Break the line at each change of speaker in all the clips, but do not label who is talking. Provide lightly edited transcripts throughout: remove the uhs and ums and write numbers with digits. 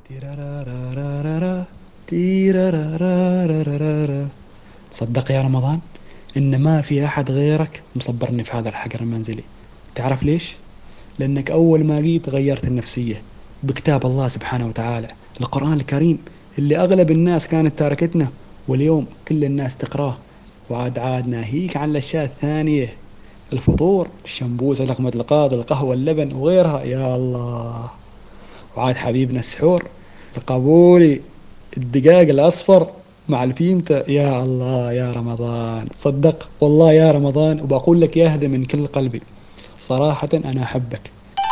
تيرارارارارا، تيرارارارارا. تصدق يا رمضان إن ما في أحد غيرك مصبرني في هذا الحجر المنزلي. تعرف ليش؟ لأنك أول ما جيت غيرت النفسية بكتاب الله سبحانه وتعالى، القرآن الكريم اللي أغلب الناس كانت تاركتنا، واليوم كل الناس تقراه. وعاد ناهيك عن الأشياء الثانية، الفطور، الشمبوسة، لقمة القاضي، القهوة، اللبن وغيرها، يا الله. وعاد حبيبنا السحور، القابولي، الدقاق الأصفر مع الفيمتة، يا الله يا رمضان. صدق والله يا رمضان، وبقول لك يا هذا من كل قلبي، صراحة أنا أحبك.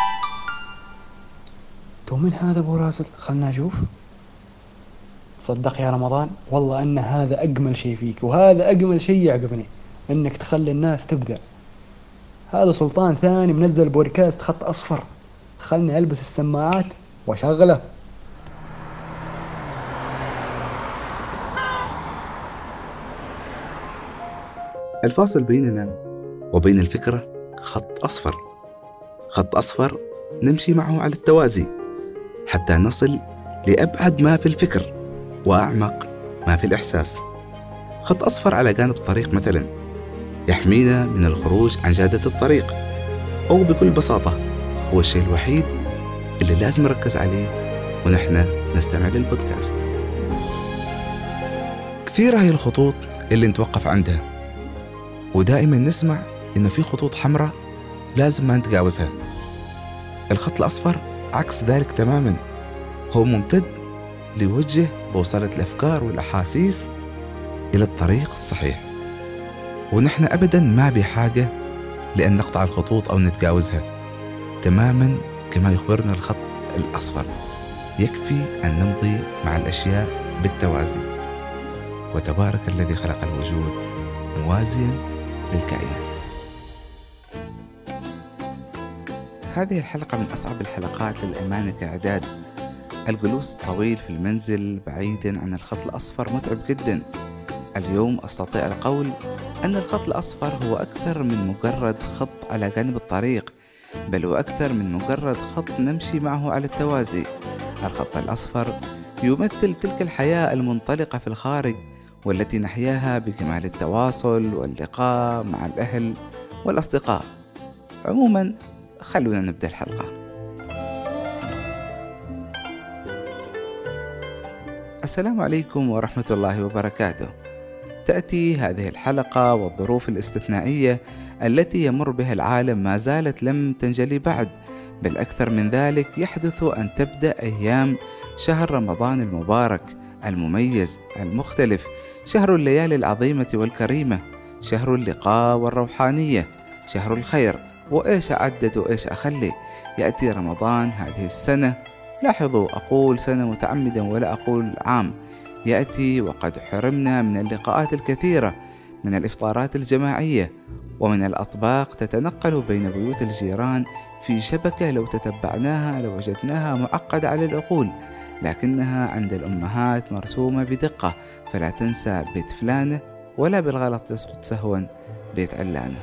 تو من هذا أبو راسل؟ خلنا نشوف. صدق يا رمضان والله أن هذا أجمل شيء فيك، وهذا أجمل شيء يعجبني، أنك تخلي الناس تبدع. هذا سلطان ثاني منزل بودكاست خط أصفر، خلني ألبس السماعات وأشغله.
الفاصل بيننا وبين الفكرة خط أصفر، خط أصفر نمشي معه على التوازي حتى نصل لأبعد ما في الفكر وأعمق ما في الإحساس. خط أصفر على جانب الطريق مثلا يحمينا من الخروج عن جادة الطريق، أو بكل بساطة هو الشيء الوحيد اللي لازم نركز عليه ونحن نستمع للبودكاست. كثيرة هي الخطوط اللي نتوقف عندها، ودائما نسمع إنه في خطوط حمراء لازم ما نتجاوزها. الخط الأصفر عكس ذلك تماما، هو ممتد ليوجه بوصلة الأفكار والأحاسيس إلى الطريق الصحيح، ونحن أبدا ما بحاجة لأن نقطع الخطوط أو نتجاوزها، تماما كما يخبرنا الخط الأصفر. يكفي أن نمضي مع الأشياء بالتوازي، وتبارك الذي خلق الوجود موازيا للكائنات. هذه الحلقة من أصعب الحلقات للأمانة كإعداد. الجلوس طويل في المنزل بعيدا عن الخط الأصفر متعب جدا. اليوم أستطيع القول أن الخط الأصفر هو أكثر من مجرد خط على جانب الطريق، بل هو أكثر من مجرد خط نمشي معه على التوازي. الخط الأصفر يمثل تلك الحياة المنطلقة في الخارج، والتي نحياها بكمال التواصل واللقاء مع الأهل والأصدقاء. عموما خلونا نبدأ الحلقة. السلام عليكم ورحمة الله وبركاته. تأتي هذه الحلقة والظروف الاستثنائية التي يمر بها العالم ما زالت لم تنجلي بعد، بل أكثر من ذلك يحدث أن تبدأ أيام شهر رمضان المبارك المميز المختلف، شهر الليالي العظيمة والكريمة، شهر اللقاء والروحانية، شهر الخير. وإيش أعدد وإيش أخلي؟ يأتي رمضان هذه السنة، لاحظوا أقول سنة متعمدا ولا أقول عام، يأتي وقد حرمنا من اللقاءات الكثيرة، من الإفطارات الجماعية، ومن الأطباق تتنقل بين بيوت الجيران في شبكة لو تتبعناها لوجدناها معقدة على العقول، لكنها عند الأمهات مرسومة بدقة. فلا تنسى بيت فلانة، ولا بالغلط يسقط سهوا بيت علانة.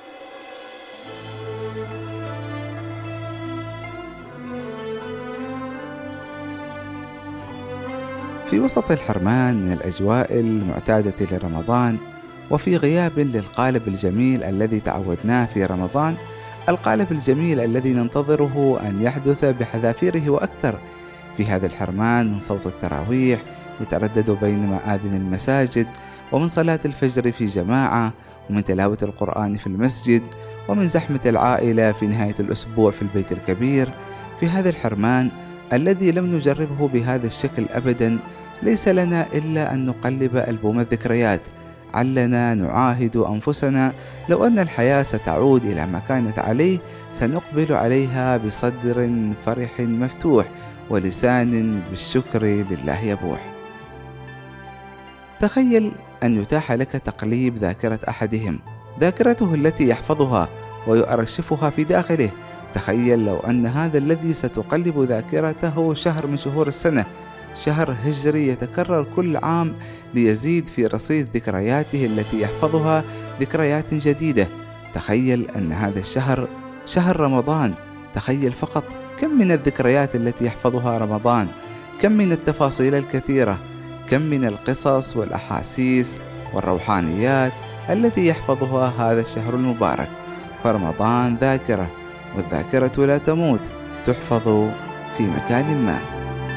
في وسط الحرمان من الأجواء المعتادة لرمضان، وفي غياب للقالب الجميل الذي تعودناه في رمضان، القالب الجميل الذي ننتظره أن يحدث بحذافيره وأكثر، في هذا الحرمان من صوت التراويح يتردد بين مآذن المساجد، ومن صلاة الفجر في جماعة، ومن تلاوة القرآن في المسجد، ومن زحمة العائلة في نهاية الأسبوع في البيت الكبير. في هذا الحرمان الذي لم نجربه بهذا الشكل أبدا، ليس لنا إلا أن نقلب ألبوم الذكريات، علنا نعاهد أنفسنا لو أن الحياة ستعود إلى ما كانت عليه سنقبل عليها بصدر فرح مفتوح ولسان بالشكر لله يبوح. تخيل أن يتاح لك تقليب ذاكرة أحدهم، ذاكرته التي يحفظها ويؤرشفها في داخله. تخيل لو أن هذا الذي ستقلب ذاكرته شهر من شهور السنة، شهر هجري يتكرر كل عام ليزيد في رصيد ذكرياته التي يحفظها ذكريات جديدة. تخيل أن هذا الشهر شهر رمضان. تخيل فقط كم من الذكريات التي يحفظها رمضان. كم من التفاصيل الكثيرة، كم من القصص والأحاسيس والروحانيات التي يحفظها هذا الشهر المبارك. فرمضان ذاكرة، والذاكرة لا تموت، تحفظ في مكان ما.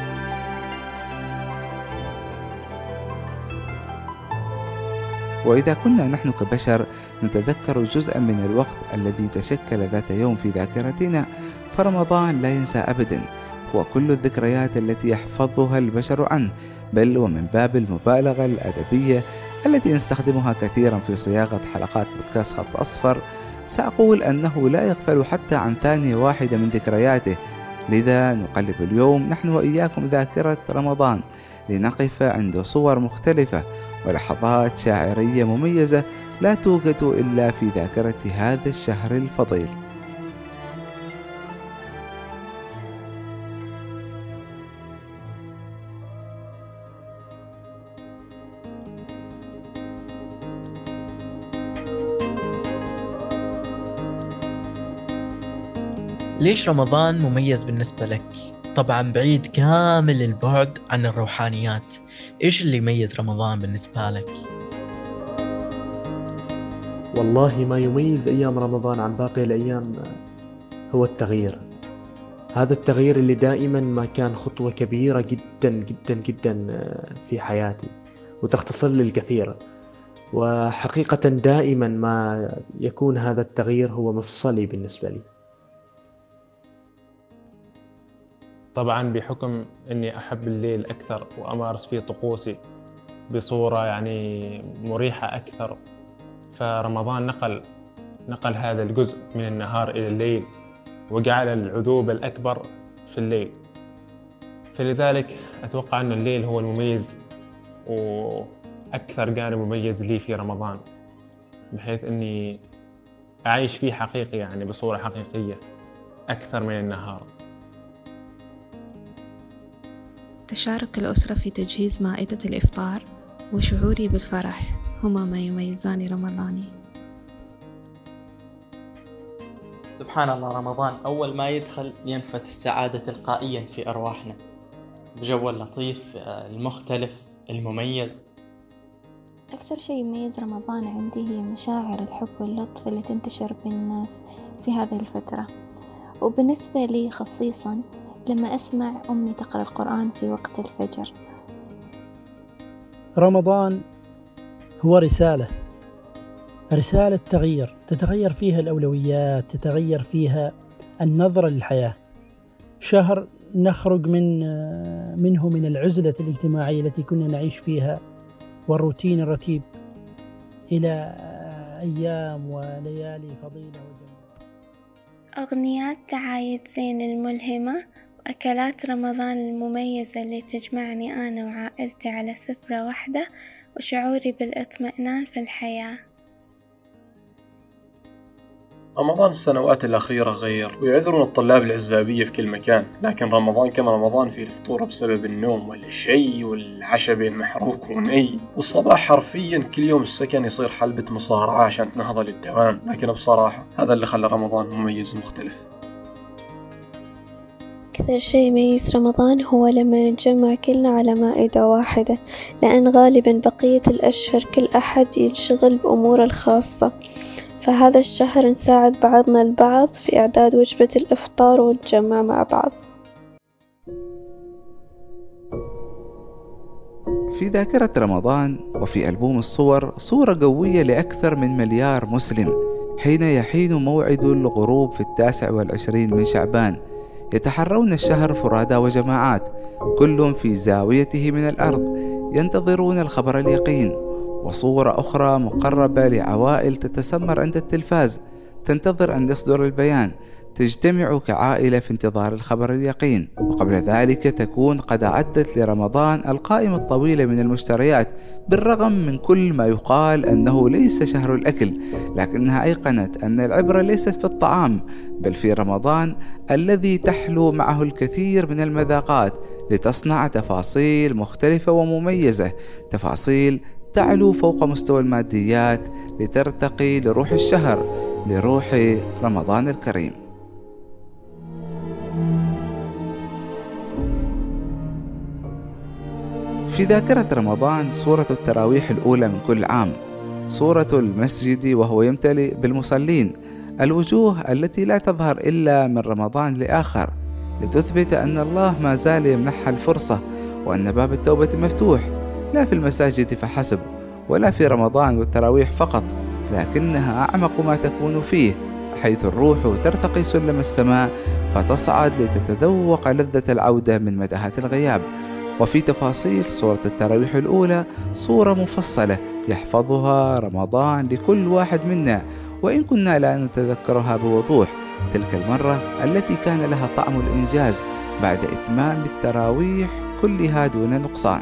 وإذا كنا نحن كبشر نتذكر جزءا من الوقت الذي تشكل ذات يوم في ذاكرتنا، فرمضان لا ينسى أبدا، هو كل الذكريات التي يحفظها البشر عنه، بل ومن باب المبالغة الأدبية التي نستخدمها كثيرا في صياغة حلقات بودكاست خط أصفر، سأقول أنه لا يغفل حتى عن ثانية واحدة من ذكرياته. لذا نقلب اليوم نحن وإياكم ذاكرة رمضان، لنقف عند صور مختلفة ولحظات شاعرية مميزة لا توجد إلا في ذاكرة هذا الشهر الفضيل.
ليش رمضان مميز بالنسبة لك؟ طبعا بعيد كامل البعد عن الروحانيات، إيش اللي يميز رمضان بالنسبة لك؟
والله ما يميز أيام رمضان عن باقي الأيام هو التغيير. هذا التغيير اللي دائما ما كان خطوة كبيرة جدا جدا جدا في حياتي، وتختصر لي الكثير. وحقيقة دائما ما يكون هذا التغيير هو مفصلي بالنسبة لي.
طبعا بحكم أني أحب الليل أكثر وأمارس فيه طقوسي بصورة يعني مريحة أكثر، فرمضان نقل هذا الجزء من النهار إلى الليل، وجعل العذوبة الأكبر في الليل. فلذلك أتوقع أن الليل هو المميز وأكثر جانب مميز لي في رمضان، بحيث أني أعيش فيه حقيقي، يعني بصورة حقيقية أكثر من النهار.
تشارك الأسرة في تجهيز مائدة الإفطار وشعوري بالفرح هما ما يميزان رمضاني.
سبحان الله، رمضان أول ما يدخل ينفث السعادة تلقائيا في أرواحنا بجو اللطيف المختلف المميز.
أكثر شيء يميز رمضان عندي هي مشاعر الحب واللطف اللي تنتشر بين الناس في هذه الفترة، وبالنسبة لي خصيصا لما أسمع أمي تقرأ القرآن في وقت الفجر.
رمضان هو رسالة تغيير، تتغير فيها الأولويات، تتغير فيها النظرة للحياة. شهر نخرج منه من العزلة الاجتماعية التي كنا نعيش فيها والروتين الرتيب إلى أيام وليالي فضيلة وجميلة.
أغنيات دعاية زين الملهمة، وأكلات رمضان المميزة اللي تجمعني أنا وعائلتي على سفرة واحدة، وشعوري بالاطمئنان في الحياة.
رمضان السنوات الأخيرة غير، ويعذرون الطلاب العزابية في كل مكان، لكن رمضان كما رمضان في الفطور بسبب النوم والشي والعشاء بين محروق وني، والصباح حرفيا كل يوم السكن يصير حلبة مصارعة عشان تنهض للدوام. لكن بصراحة هذا اللي خلى رمضان مميز ومختلف.
أكثر شيء يميز رمضان هو لما نتجمع كلنا على مائدة واحدة، لأن غالبا بقية الأشهر كل أحد ينشغل بأموره الخاصة، فهذا الشهر نساعد بعضنا البعض في إعداد وجبة الإفطار ونتجمع مع بعض.
في ذاكرة رمضان وفي ألبوم الصور صورة قوية لأكثر من 1 مليار مسلم حين يحين موعد الغروب في 29 من شعبان، يتحرون الشهر فرادى وجماعات، كل في زاويته من الأرض ينتظرون الخبر اليقين. وصورة أخرى مقربة لعوائل تتسمر عند التلفاز تنتظر أن يصدر البيان، تجتمع كعائلة في انتظار الخبر اليقين. وقبل ذلك تكون قد أعدت لرمضان القائمة الطويلة من المشتريات، بالرغم من كل ما يقال أنه ليس شهر الأكل، لكنها أيقنت أن العبرة ليست في الطعام بل في رمضان الذي تحلو معه الكثير من المذاقات لتصنع تفاصيل مختلفة ومميزة، تفاصيل تعلو فوق مستوى الماديات لترتقي لروح الشهر، لروح رمضان الكريم. في ذاكرة رمضان صورة التراويح الأولى من كل عام، صورة المسجد وهو يمتلئ بالمصلين، الوجوه التي لا تظهر إلا من رمضان لآخر، لتثبت أن الله ما زال يمنحها الفرصة، وأن باب التوبة مفتوح، لا في المساجد فحسب، ولا في رمضان والتراويح فقط، لكنها أعمق ما تكون فيه، حيث الروح ترتقي سلم السماء فتصعد لتتذوق لذة العودة من متاهات الغياب. وفي تفاصيل صورة التراويح الأولى صورة مفصلة يحفظها رمضان لكل واحد منا، وإن كنا لا نتذكرها بوضوح، تلك المرة التي كان لها طعم الإنجاز بعد إتمام التراويح كلها دون نقصان.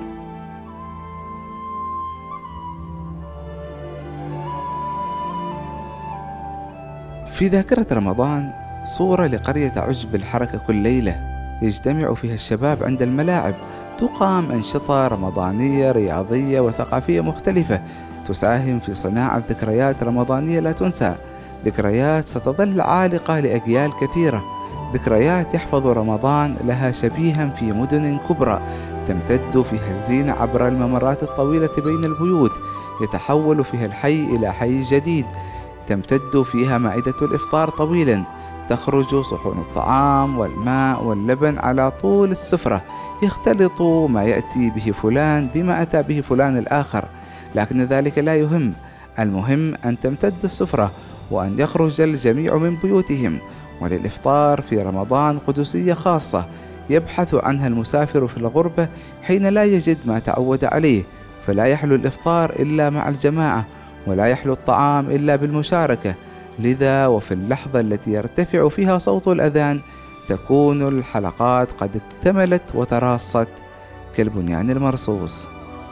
في ذاكرة رمضان صورة لقرية عجب الحركة كل ليلة يجتمع فيها الشباب عند الملاعب، تقام أنشطة رمضانية رياضية وثقافية مختلفة تساهم في صناعة ذكريات رمضانية لا تنسى، ذكريات ستظل عالقة لأجيال كثيرة، ذكريات يحفظ رمضان لها شبيها في مدن كبرى تمتد فيها الزينة عبر الممرات الطويلة بين البيوت، يتحول فيها الحي إلى حي جديد، تمتد فيها مائدة الإفطار طويلا، تخرج صحون الطعام والماء واللبن على طول السفرة، يختلط ما يأتي به فلان بما أتى به فلان الآخر، لكن ذلك لا يهم، المهم أن تمتد السفرة وأن يخرج الجميع من بيوتهم. وللإفطار في رمضان قدسية خاصة يبحث عنها المسافر في الغربة حين لا يجد ما تعود عليه، فلا يحلو الإفطار إلا مع الجماعة، ولا يحلو الطعام إلا بالمشاركة، لذا وفي اللحظة التي يرتفع فيها صوت الأذان تكون الحلقات قد اكتملت وتراصت كالبنيان المرصوص.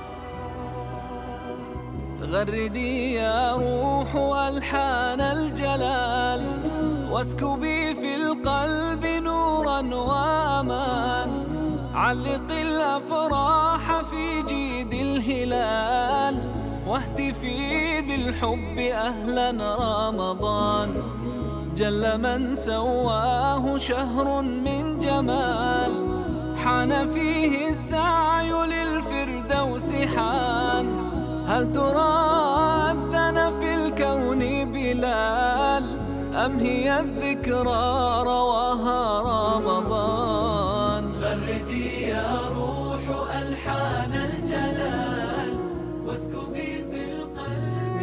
غردي يا روح ألحان الجلال، واسكبي في القلب نورا وأمان، علق الأفراح في جيد الهلال، واهتفي بالحب أهلا رمضان، جل من سواه شهر من جمال، حان فيه السعي للفردوس حان، هل ترى أذن في الكون بلال، أم هي الذكرى رواها رمضان؟ غردي يا روح ألحان الجلال، واسكبي في القلب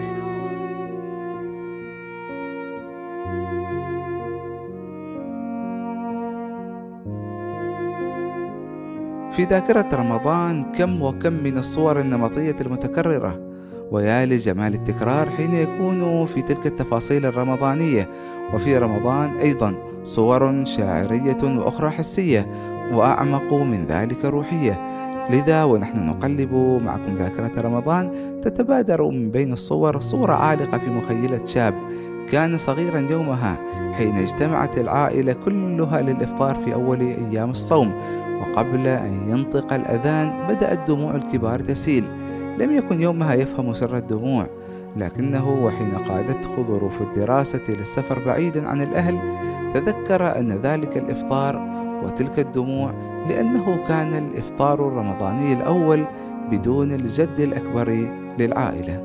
في ذاكرة رمضان كم وكم من الصور النمطية المتكررة، ويا لجمال التكرار حين يكون في تلك التفاصيل الرمضانية. وفي رمضان أيضا صور شاعرية وأخرى حسية، وأعمق من ذلك روحية، لذا ونحن نقلب معكم ذاكرة رمضان تتبادر من بين الصور صورة عالقة في مخيلة شاب كان صغيرا يومها حين اجتمعت العائلة كلها للإفطار في أول أيام الصوم، وقبل أن ينطق الأذان بدأت دموع الكبار تسيل. لم يكن يومها يفهم سر الدموع، لكنه وحين قادته ظروف الدراسة للسفر بعيدا عن الأهل تذكر أن ذلك الإفطار وتلك الدموع لأنه كان الإفطار الرمضاني الأول بدون الجد الأكبر للعائلة.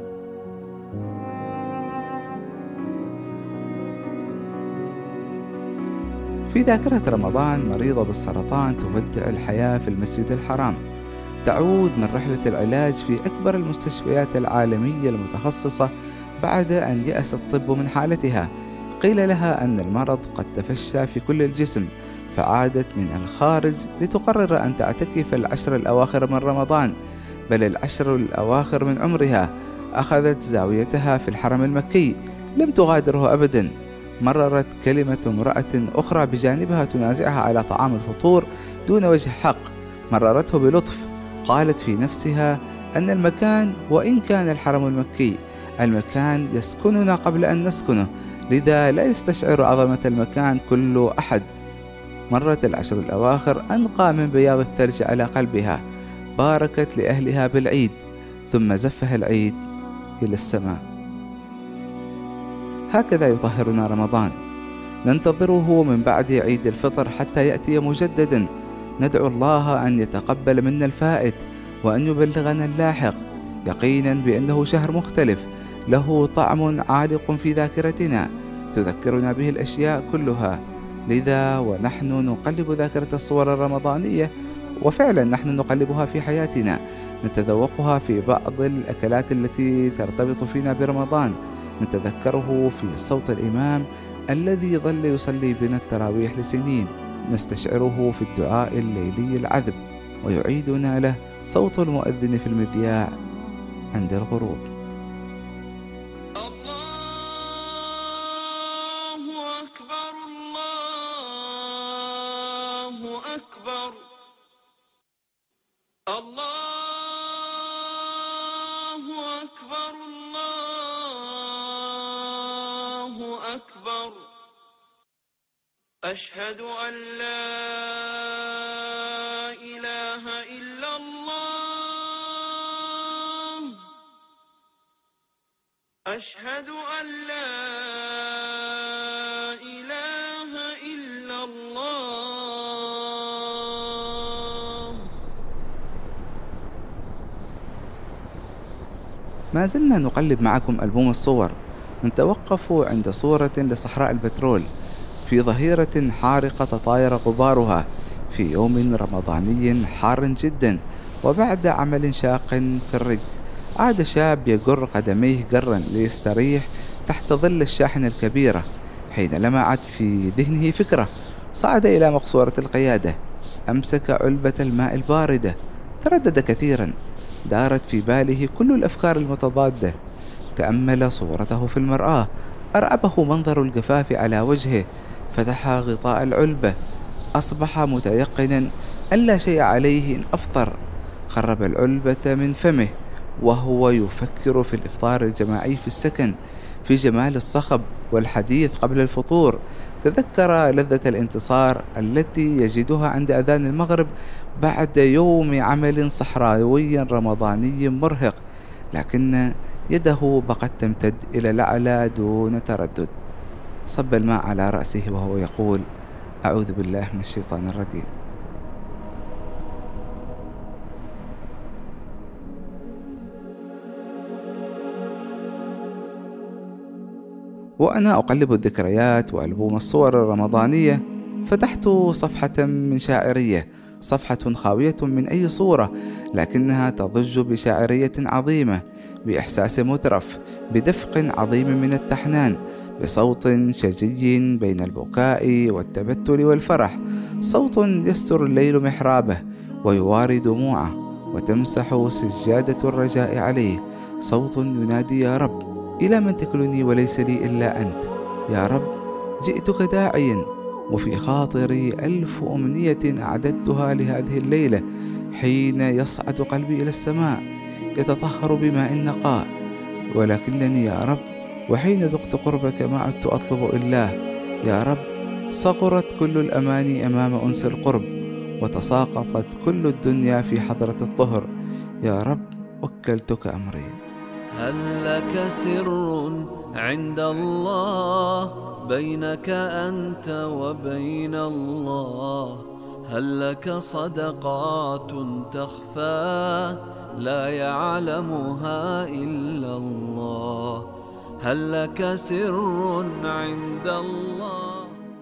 في ذاكرة رمضان مريضة بالسرطان تودع الحياة في المسجد الحرام، تعود من رحلة العلاج في أكبر المستشفيات العالمية المتخصصة بعد أن يأس الطب من حالتها. قيل لها أن المرض قد تفشى في كل الجسم، فعادت من الخارج لتقرر أن تعتكف العشر الأواخر من رمضان، بل العشر الأواخر من عمرها. أخذت زاويتها في الحرم المكي، لم تغادره أبدا. مررت كلمة امرأة أخرى بجانبها تنازعها على طعام الفطور دون وجه حق، مررته بلطف، قالت في نفسها أن المكان وإن كان الحرم المكي، المكان يسكننا قبل أن نسكنه، لذا لا يستشعر عظمة المكان كل أحد. مرت العشر الأواخر أنقى من بياض الثلج على قلبها، باركت لأهلها بالعيد، ثم زفها العيد إلى السماء. هكذا يطهرنا رمضان، ننتظره من بعد عيد الفطر حتى يأتي مجددا، ندعو الله أن يتقبل منا الفائت وأن يبلغنا اللاحق يقينا بأنه شهر مختلف له طعم عالق في ذاكرتنا تذكرنا به الأشياء كلها. لذا ونحن نقلب ذاكرة الصور الرمضانية، وفعلا نحن نقلبها في حياتنا، نتذوقها في بعض الأكلات التي ترتبط فينا برمضان، نتذكره في صوت الإمام الذي ظل يصلي بنا التراويح لسنين، نستشعره في الدعاء الليلي العذب، ويعيدنا له صوت المؤذن في المذياع عند الغروب.
أشهد أن لا إله إلا الله. أشهد أن لا إله إلا الله.
ما زلنا نقلب معكم ألبوم الصور، نتوقف عند صورة لصحراء البترول في ظهيرة حارقة تطاير غبارها في يوم رمضاني حار جدا، وبعد عمل شاق في الرج عاد شاب يجر قدميه جرا ليستريح تحت ظل الشاحنة الكبيرة، حين لمعت في ذهنه فكرة. صعد إلى مقصورة القيادة، أمسك علبة الماء الباردة، تردد كثيرا، دارت في باله كل الأفكار المتضادة، تأمل صورته في المرآة، أرعبه منظر الجفاف على وجهه، فتح غطاء العلبة، أصبح متيقنا ألا شيء عليه إن أفطر، قرب العلبة من فمه وهو يفكر في الإفطار الجماعي في السكن، في جمال الصخب والحديث قبل الفطور، تذكر لذة الانتصار التي يجدها عند أذان المغرب بعد يوم عمل صحراوي رمضاني مرهق، لكن يده بقت تمتد إلى الأعلى دون تردد. صب الماء على رأسه وهو يقول: أعوذ بالله من الشيطان الرجيم. وأنا أقلب الذكريات وألبوم الصور الرمضانية فتحت صفحة من شاعرية، صفحة خاوية من أي صورة، لكنها تضج بشاعرية عظيمة، بإحساس مترف، بدفق عظيم من التحنان، بصوت شجي بين البكاء والتبتل والفرح، صوت يستر الليل محرابه ويواري دموعه وتمسح سجادة الرجاء عليه، صوت ينادي: يا رب، إلى من تكلني وليس لي إلا أنت؟ يا رب، جئتك داعيا، وفي خاطري 1000 أمنية أعددتها لهذه الليلة، حين يصعد قلبي إلى السماء يتطهر بماء نقاء، ولكنني يا رب وحين ذقت قربك ما عدت أطلب إلا، يا رب صغرت كل الأماني أمام أنس القرب، وتساقطت كل الدنيا في حضرة الطهر، يا رب وكلتك أمري.
هل لك سر عند الله بينك أنت وبين الله؟ هل لك صدقات تخفى لا يعلمها إلا الله؟ هل لك سر عند الله؟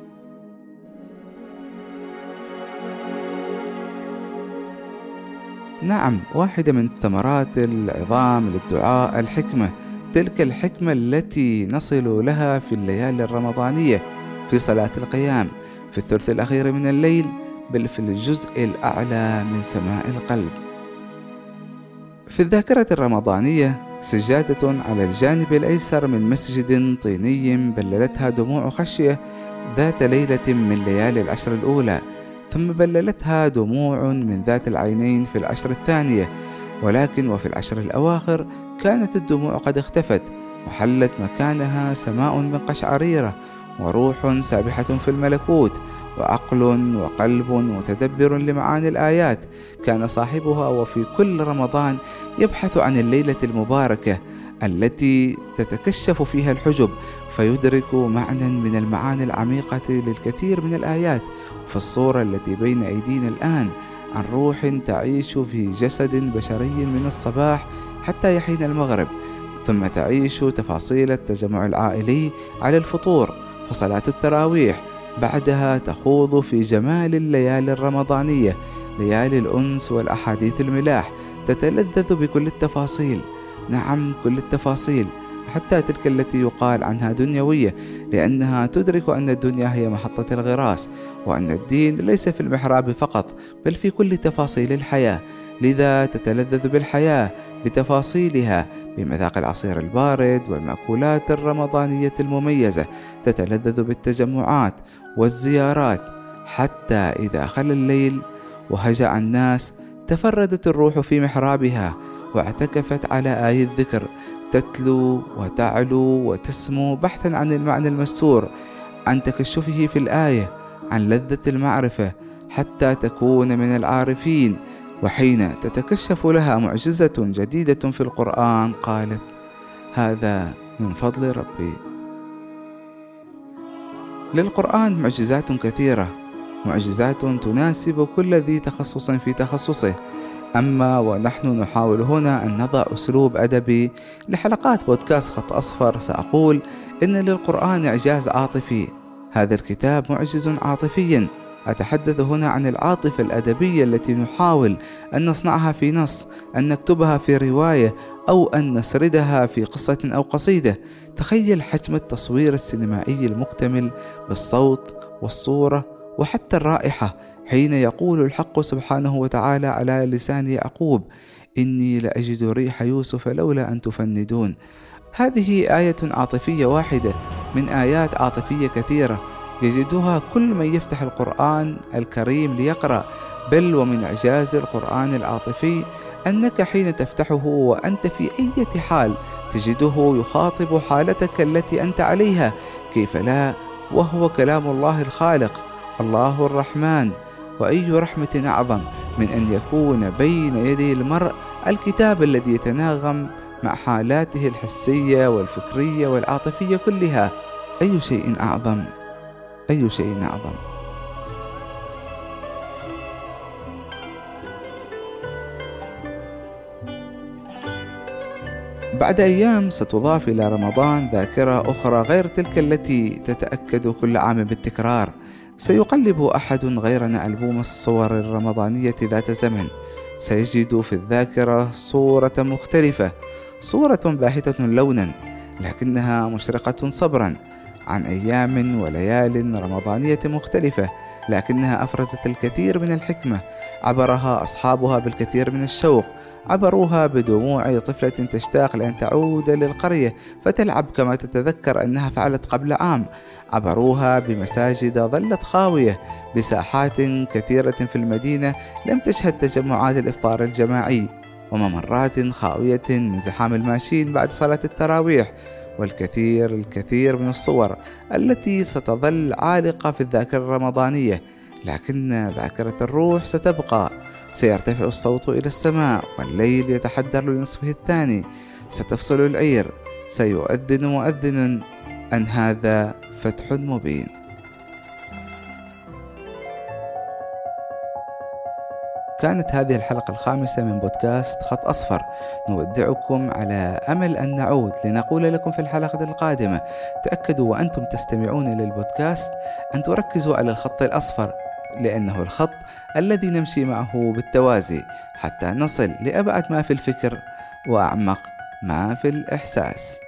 نعم، واحدة من ثمرات العظام للدعاء الحكمة، تلك الحكمة التي نصل لها في الليالي الرمضانية، في صلاة القيام، في الثلث الأخير من الليل، بل في الجزء الأعلى من سماء القلب. في الذاكرة الرمضانية سجادة على الجانب الأيسر من مسجد طيني بللتها دموع خشية ذات ليلة من ليالي العشر الأولى، ثم بللتها دموع من ذات العينين في العشر الثانية، ولكن وفي العشر الأواخر كانت الدموع قد اختفت، وحلت مكانها سماء من قشعريرة، وروح سابحة في الملكوت، وعقل وقلب متدبر لمعاني الآيات، كان صاحبها وفي كل رمضان يبحث عن الليلة المباركة التي تتكشف فيها الحجب، فيدرك معنى من المعاني العميقة للكثير من الآيات. في الصورة التي بين أيدينا الآن عن روح تعيش في جسد بشري من الصباح حتى يحين المغرب، ثم تعيش تفاصيل التجمع العائلي على الفطور فصلاة التراويح، بعدها تخوض في جمال الليالي الرمضانية، ليالي الأنس والأحاديث الملاح، تتلذذ بكل التفاصيل، نعم كل التفاصيل، حتى تلك التي يقال عنها دنيوية، لأنها تدرك أن الدنيا هي محطة الغراس، وأن الدين ليس في المحراب فقط بل في كل تفاصيل الحياة، لذا تتلذذ بالحياة بتفاصيلها، بمذاق العصير البارد والمأكولات الرمضانية المميزة، تتلذذ بالتجمعات والزيارات، حتى إذا خلى الليل وهجع الناس تفردت الروح في محرابها واعتكفت على آي الذكر، تتلو وتعلو وتسمو بحثا عن المعنى المستور، عن تكشفه في الآية، عن لذة المعرفة، حتى تكون من العارفين. وحين تتكشف لها معجزة جديدة في القرآن قالت: هذا من فضل ربي. للقرآن معجزات كثيرة، معجزات تناسب كل ذي تخصص في تخصصه، أما ونحن نحاول هنا أن نضع أسلوب أدبي لحلقات بودكاست خط أصفر، سأقول إن للقرآن إعجاز عاطفي. هذا الكتاب معجز عاطفيا. أتحدث هنا عن العاطفة الأدبية التي نحاول أن نصنعها في نص، أن نكتبها في رواية، أو أن نسردها في قصة أو قصيدة. تخيل حجم التصوير السينمائي المكتمل بالصوت والصورة وحتى الرائحة، حين يقول الحق سبحانه وتعالى على لسان يعقوب: إني لأجد ريح يوسف لولا أن تفندون. هذه آية عاطفية واحدة من آيات عاطفية كثيرة يجدها كل من يفتح القرآن الكريم ليقرأ. بل ومن إعجاز القرآن العاطفي أنك حين تفتحه وأنت في أي حال تجده يخاطب حالتك التي أنت عليها، كيف لا، وهو كلام الله الخالق، الله الرحمن. وأي رحمة أعظم من أن يكون بين يدي المرء الكتاب الذي يتناغم مع حالاته الحسية والفكرية والعاطفية كلها. أي شيء أعظم، أي شيء أعظم. بعد أيام ستضاف إلى رمضان ذاكرة أخرى غير تلك التي تتأكد كل عام بالتكرار. سيقلب أحد غيرنا ألبوم الصور الرمضانية ذات زمن، سيجد في الذاكرة صورة مختلفة، صورة باهتة لونا لكنها مشرقة صبرا، عن أيام وليال رمضانية مختلفة لكنها أفرزت الكثير من الحكمة، عبرها أصحابها بالكثير من الشوق، عبروها بدموع طفلة تشتاق لأن تعود للقرية فتلعب كما تتذكر أنها فعلت قبل عام، عبروها بمساجد ظلت خاوية، بساحات كثيرة في المدينة لم تشهد تجمعات الإفطار الجماعي، وممرات خاوية من زحام الماشين بعد صلاة التراويح، والكثير من الصور التي ستظل عالقة في الذاكرة الرمضانية. لكن ذاكرة الروح ستبقى. سيرتفع الصوت إلى السماء والليل يتحدر لنصفه الثاني، ستفصل العير، سيؤذن مؤذن أن هذا فتح مبين. كانت هذه الحلقة الخامسة من بودكاست خط أصفر. نودعكم على أمل أن نعود لنقول لكم في الحلقة القادمة: تأكدوا وأنتم تستمعون للبودكاست أن تركزوا على الخط الأصفر، لأنه الخط الذي نمشي معه بالتوازي حتى نصل لأبعد ما في الفكر وأعمق ما في الإحساس.